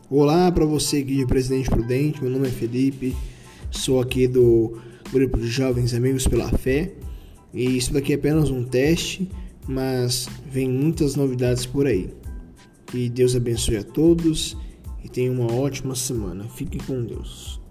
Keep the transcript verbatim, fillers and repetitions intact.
Olá para você aqui de Presidente Prudente, meu nome é Felipe, sou aqui do grupo de Jovens Amigos pela Fé e isso daqui é apenas um teste, mas vem muitas novidades por aí. Que Deus abençoe a todos e tenha uma ótima semana. Fique com Deus.